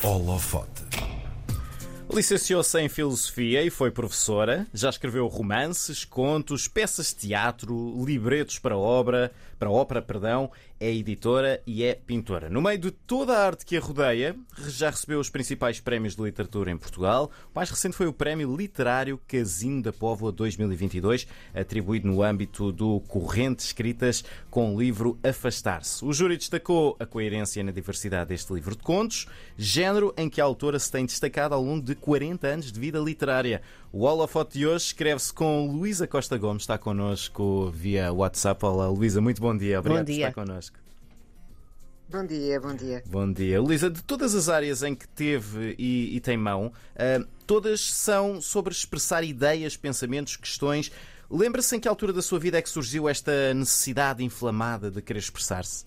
Holofote. Licenciou-se em Filosofia e foi professora. Já escreveu romances, contos, peças de teatro, libretos para ópera, é editora e é pintora. No meio de toda a arte que a rodeia, já recebeu os principais prémios de literatura em Portugal. O mais recente foi o Prémio Literário Casino da Póvoa 2022, atribuído no âmbito do Corrente Escritas com o livro Afastar-se. O júri destacou a coerência na diversidade deste livro de contos, género em que a autora se tem destacado ao longo de 40 anos de vida literária. O Holofote de hoje escreve-se com Luísa Costa Gomes, está connosco via WhatsApp. Olá, Luísa, muito bom dia. Obrigado por estar connosco. Bom dia, bom dia. Bom dia. Luísa, de todas as áreas em que teve e tem mão, todas são sobre expressar ideias, pensamentos, questões. Lembra-se em que altura da sua vida é que surgiu esta necessidade inflamada de querer expressar-se?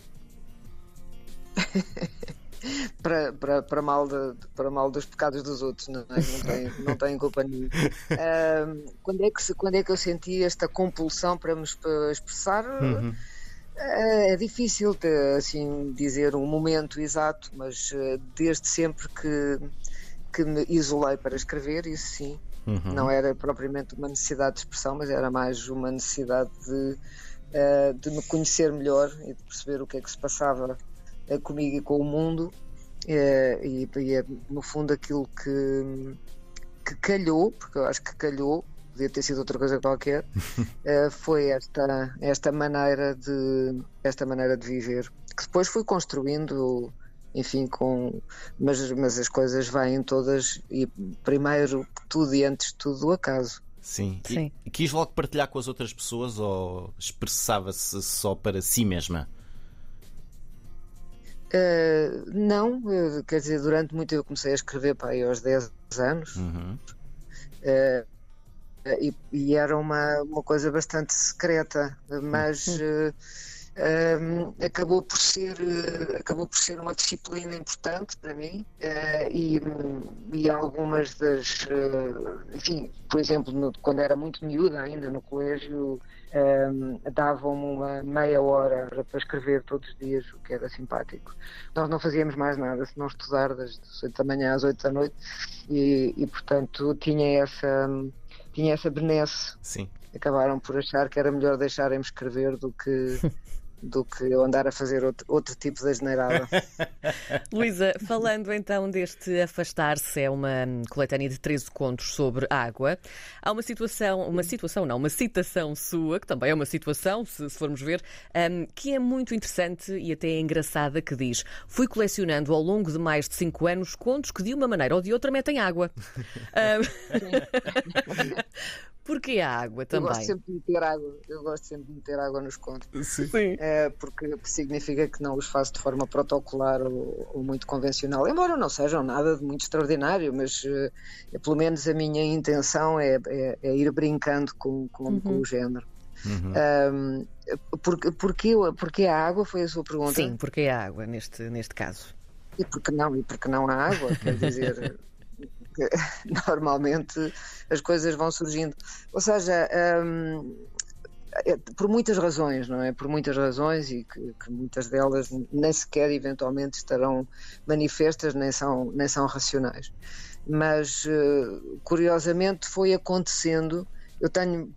Para mal dos pecados dos outros, não é? Não tem culpa nenhuma. Quando é que eu senti esta compulsão para me expressar? É difícil assim, dizer um momento exato, mas desde sempre que me isolei para escrever, isso sim. Não era propriamente uma necessidade de expressão, mas era mais uma necessidade de me conhecer melhor e de perceber o que é que se passava comigo e com o mundo, e é no fundo aquilo que calhou, porque eu acho que calhou, podia ter sido outra coisa qualquer, foi esta maneira de viver, que depois fui construindo, enfim, mas as coisas vêm todas, e primeiro que tudo e antes de tudo o acaso. Sim. E quis logo partilhar com as outras pessoas ou expressava-se só para si mesma? Não, quer dizer, durante muito eu comecei a escrever aí aos 10 anos, e era uma coisa bastante secreta, mas acabou por ser uma disciplina importante para mim, e algumas das, enfim, por exemplo, quando era muito miúda ainda no colégio, davam-me uma meia hora para escrever todos os dias, o que era simpático. Nós não fazíamos mais nada senão estudar das 8 da manhã às 8 da noite, e portanto tinha essa benesse. Sim. Acabaram por achar que era melhor deixarem-me escrever do que eu andar a fazer outro tipo de asneirada. Luísa, falando então deste Afastar-se, é uma coletânea de 13 contos sobre água. Há uma citação sua, que também é uma situação, se formos ver, que é muito interessante e até é engraçada, que diz: fui colecionando ao longo de mais de 5 anos contos que de uma maneira ou de outra metem água. Porquê a água também? Eu gosto sempre de meter água nos contos. Sim. Porque significa que não os faço de forma protocolar ou muito convencional, embora não sejam nada de muito extraordinário, mas pelo menos a minha intenção é ir brincando com o género. Porquê a água, foi a sua pergunta? Sim, porquê a água neste caso? E porque não há água, quer dizer... Normalmente as coisas vão surgindo, ou seja, por muitas razões, não é? Por muitas razões, e que muitas delas nem sequer eventualmente estarão manifestas, nem são racionais, mas curiosamente foi acontecendo. Eu tenho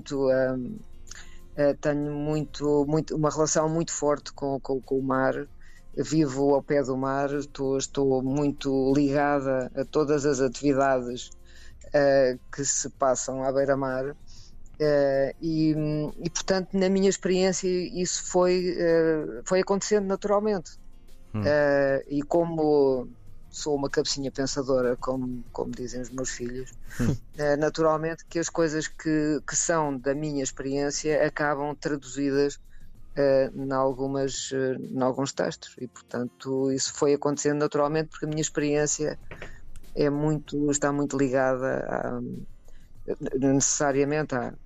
uma relação muito forte com o mar. Vivo ao pé do mar, estou muito ligada a todas as atividades que se passam à beira-mar, e portanto, na minha experiência, isso foi acontecendo naturalmente. E como sou uma cabecinha pensadora, como dizem os meus filhos, naturalmente que as coisas que são da minha experiência acabam traduzidas em alguns textos, e portanto isso foi acontecendo naturalmente, porque a minha experiência está muito ligada necessariamente à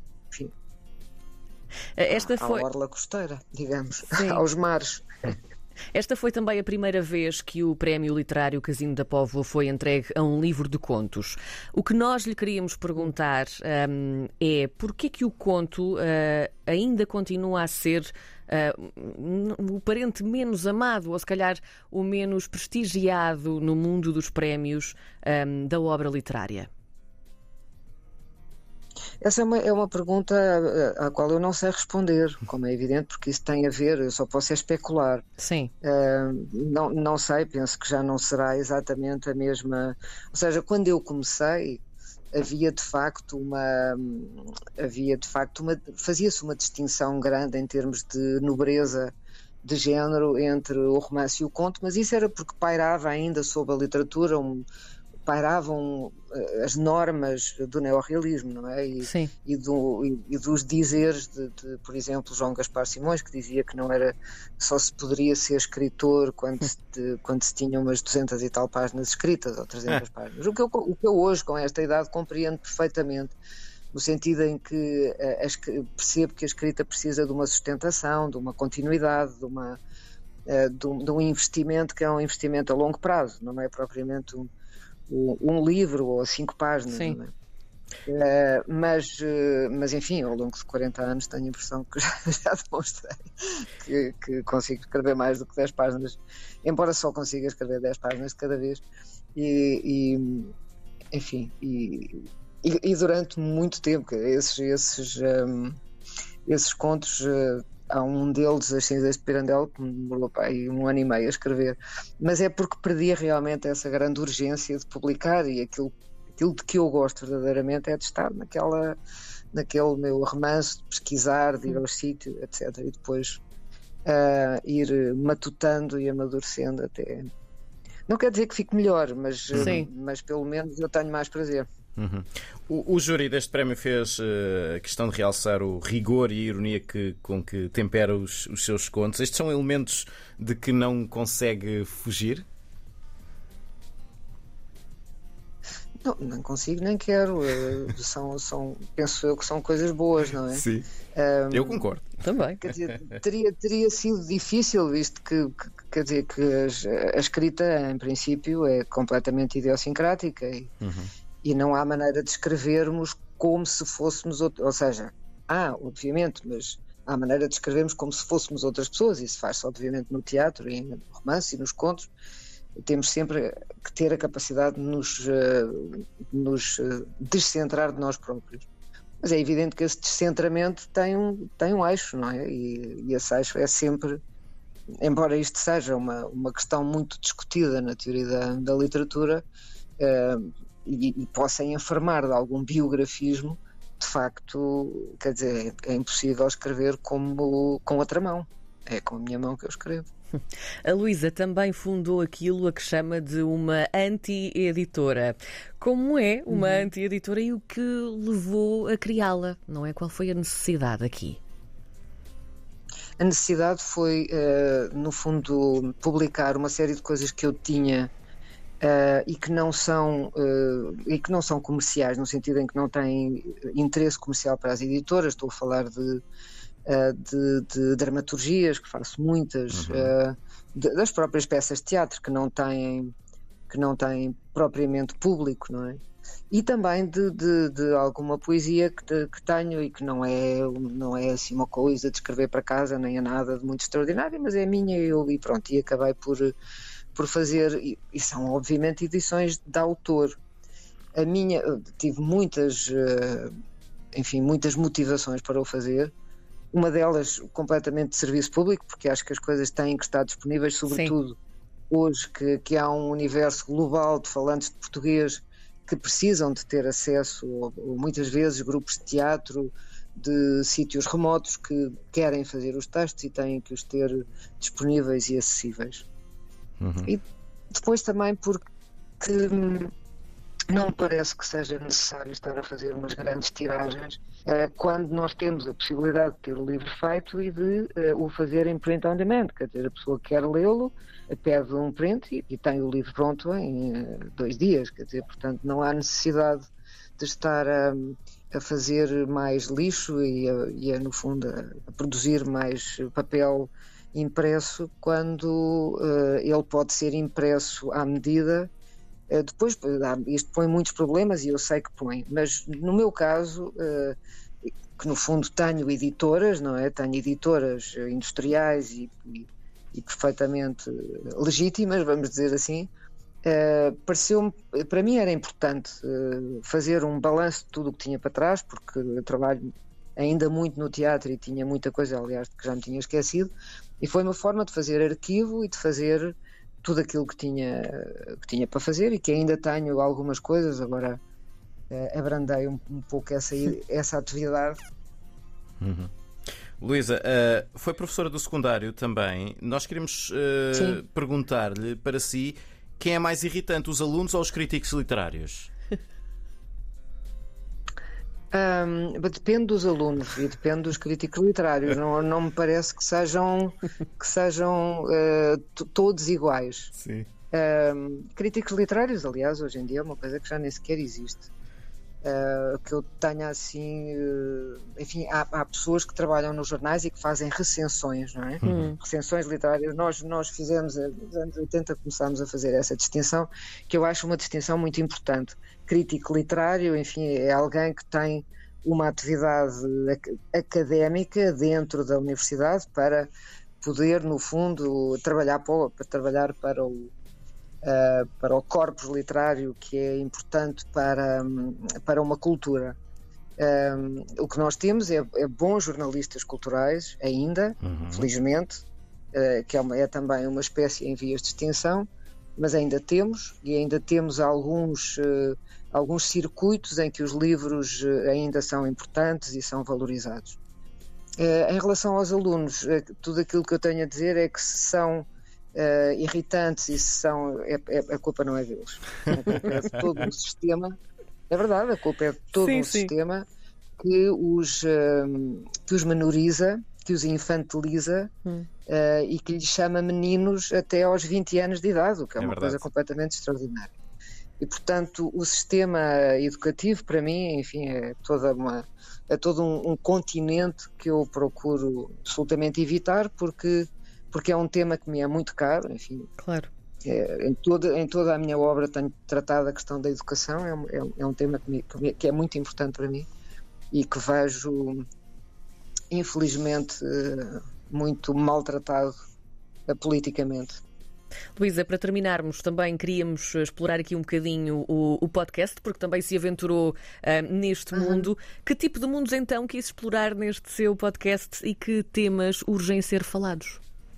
orla costeira, digamos, aos mares. Esta foi também a primeira vez que o Prémio Literário Casino da Póvoa foi entregue a um livro de contos. O que nós lhe queríamos perguntar é porquê que o conto ainda continua a ser o parente menos amado, ou se calhar o menos prestigiado no mundo dos prémios da obra literária? Essa é uma pergunta à qual eu não sei responder, como é evidente, porque isso tem a ver, eu só posso especular. Sim. Não sei, penso que já não será exatamente a mesma. Ou seja, quando eu comecei, fazia-se uma distinção grande em termos de nobreza de género entre o romance e o conto, mas isso era porque pairava ainda sobre a literatura pairavam as normas do neorrealismo, não é? E dos dizeres de, por exemplo, João Gaspar Simões, que dizia que não era só se poderia ser escritor quando se tinha umas 200 e tal páginas escritas, ou 300 páginas. O que eu hoje, com esta idade, compreendo perfeitamente, no sentido em que percebo que a escrita precisa de uma sustentação, de uma continuidade, de um investimento que é um investimento a longo prazo, não é propriamente um livro ou 5 páginas. Sim. Não é? Mas enfim, ao longo de 40 anos tenho a impressão que já demonstrei que consigo escrever mais do que 10 páginas, embora só consiga escrever 10 páginas de cada vez. Enfim, durante muito tempo, esses contos, há um deles, As Cinzas de Pirandello, que me demorou um ano e meio a escrever, mas é porque perdia realmente essa grande urgência de publicar, e aquilo de que eu gosto verdadeiramente é de estar naquele meu romance, de pesquisar, de ir ao sítio, etc. E depois ir matutando e amadurecendo até. Não quer dizer que fique melhor, mas pelo menos eu tenho mais prazer. Uhum. O júri deste prémio fez questão de realçar o rigor e a ironia com que tempera os seus contos. Estes são elementos de que não consegue fugir? Não consigo nem quero. Penso eu que são coisas boas, não é? Sim, eu concordo. Também. Quer dizer, teria sido difícil, visto que quer dizer que a escrita, em princípio, é completamente idiosincrática e não há maneira de escrevermos como se fôssemos ou seja, obviamente, mas há maneira de escrevermos como se fôssemos outras pessoas. Isso faz-se obviamente no teatro e no romance e nos contos. Temos sempre que ter a capacidade de nos descentrar de nós próprios. Mas é evidente que esse descentramento tem um eixo, não é? E esse eixo é sempre, embora isto seja uma questão muito discutida na teoria da literatura, e possa enfermar de algum biografismo, de facto, quer dizer, é impossível escrever com outra mão. É com a minha mão que eu escrevo. A Luísa também fundou aquilo a que chama de uma anti-editora. Como é uma anti-editora e o que levou a criá-la? Não é? Qual foi a necessidade aqui? A necessidade foi, no fundo, publicar uma série de coisas que eu tinha e que não são comerciais, no sentido em que não têm interesse comercial para as editoras. Estou a falar de dramaturgias, que faço muitas, das próprias peças de teatro que não têm propriamente público, não é? E também de alguma poesia que tenho e que não é assim uma coisa de escrever para casa, nem é nada de muito extraordinário, mas é minha e pronto, e acabei por fazer, e são obviamente edições de autor. Tive muitas motivações para o fazer. Uma delas completamente de serviço público, porque acho que as coisas têm que estar disponíveis, sobretudo hoje que há um universo global de falantes de português que precisam de ter acesso, ou muitas vezes grupos de teatro de sítios remotos que querem fazer os textos e têm que os ter disponíveis e acessíveis. E depois também porque não me parece que seja necessário estar a fazer umas grandes tiragens quando nós temos a possibilidade de ter o livro feito e de o fazer em print on demand. Quer dizer, a pessoa quer lê-lo, pede um print e tem o livro pronto em 2 dias. Quer dizer, portanto, não há necessidade de estar a fazer mais lixo e no fundo, a produzir mais papel impresso quando ele pode ser impresso à medida. Depois, isto põe muitos problemas e eu sei que põe, mas no meu caso, que no fundo tenho editoras, não é? Tenho editoras industriais e perfeitamente legítimas, vamos dizer assim. Pareceu-me, para mim era importante fazer um balanço de tudo o que tinha para trás, porque eu trabalho ainda muito no teatro e tinha muita coisa, aliás, que já me tinha esquecido, e foi uma forma de fazer arquivo e de fazer tudo aquilo que tinha para fazer e que ainda tenho algumas coisas, agora abrandei um pouco essa atividade. Uhum. Luísa, foi professora do secundário também. Nós queremos perguntar-lhe para si quem é mais irritante, os alunos ou os críticos literários? Depende dos alunos e depende dos críticos literários. Não me parece que sejam todos iguais. Sim. Críticos literários, aliás, hoje em dia é uma coisa que já nem sequer existe. Que eu tenha assim, enfim, há pessoas que trabalham nos jornais e que fazem recensões, não é? Recensões literárias. Nós fizemos, nos anos 80 começámos a fazer essa distinção, que eu acho uma distinção muito importante. Crítico literário, enfim, é alguém que tem uma atividade académica dentro da universidade para poder, no fundo, trabalhar para o corpus literário, que é importante para uma cultura. O que nós temos é bons jornalistas culturais, ainda, felizmente, que é também uma espécie em vias de extinção, mas ainda temos alguns circuitos em que os livros ainda são importantes e são valorizados. Em relação aos alunos, tudo aquilo que eu tenho a dizer é que se são irritantes e se são, a culpa não é deles. A culpa é de todo o sistema. É verdade, a culpa é de todo o sistema que os menoriza, que os infantiliza e que lhes chama meninos até aos 20 anos de idade, o que é uma coisa completamente extraordinária. E, portanto, o sistema educativo, para mim, enfim, é todo um continente que eu procuro absolutamente evitar, porque é um tema que me é muito caro, enfim. Claro. Em toda a minha obra tenho tratado a questão da educação, é um tema que é muito importante para mim e que vejo, infelizmente, muito maltratado politicamente. Luísa, para terminarmos, também queríamos explorar aqui um bocadinho o podcast, porque também se aventurou neste mundo. Que tipo de mundos então quis explorar neste seu podcast e que temas urgem ser falados?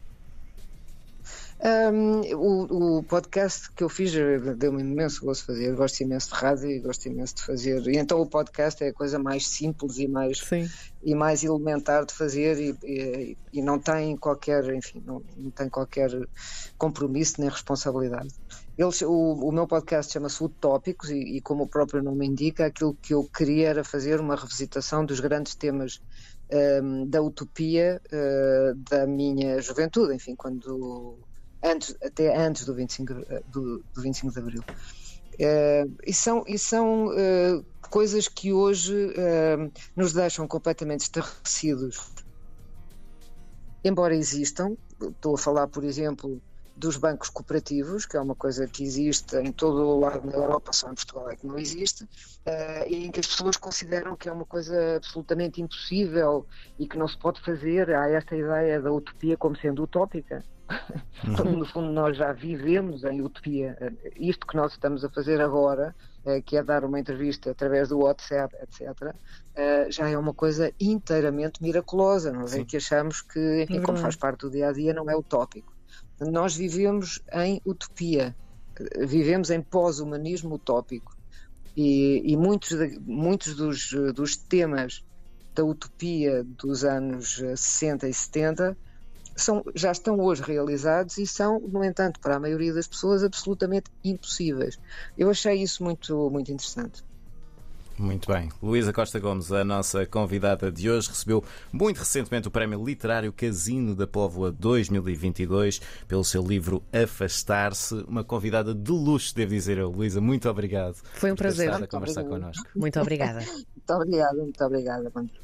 O podcast que eu fiz deu-me imenso gosto de fazer. Eu gosto imenso de rádio e gosto imenso de fazer. E então o podcast é a coisa mais simples e mais elementar de fazer e não tem qualquer, enfim, não tem qualquer compromisso nem responsabilidade. O meu podcast chama-se Utópicos e como o próprio nome indica, aquilo que eu queria era fazer uma revisitação dos grandes temas da utopia da minha juventude, enfim, até antes do 25 de Abril. E são coisas que hoje nos deixam completamente estarrecidos. Embora existam, estou a falar, por exemplo, dos bancos cooperativos, que é uma coisa que existe em todo o lado na Europa, só em Portugal é que não existe, e em que as pessoas consideram que é uma coisa absolutamente impossível e que não se pode fazer. Há esta ideia da utopia como sendo utópica. No fundo nós já vivemos em utopia. Isto que nós estamos a fazer agora, que é dar uma entrevista através do WhatsApp, etc., já é uma coisa inteiramente miraculosa. Nós é que achamos que, enfim, como faz parte do dia-a-dia, não é utópico. Nós vivemos em utopia, vivemos em pós-humanismo utópico e muitos dos temas da utopia dos anos 60 e 70 já estão hoje realizados e são, no entanto, para a maioria das pessoas absolutamente impossíveis. Eu achei isso muito, muito interessante. Muito bem. Luísa Costa Gomes, a nossa convidada de hoje, recebeu muito recentemente o Prémio Literário Casino da Póvoa 2022 pelo seu livro Afastar-se. Uma convidada de luxo, devo dizer eu. Luísa, muito obrigado. Foi um prazer. Por ter estado a conversar connosco. Muito obrigada. Muito obrigada.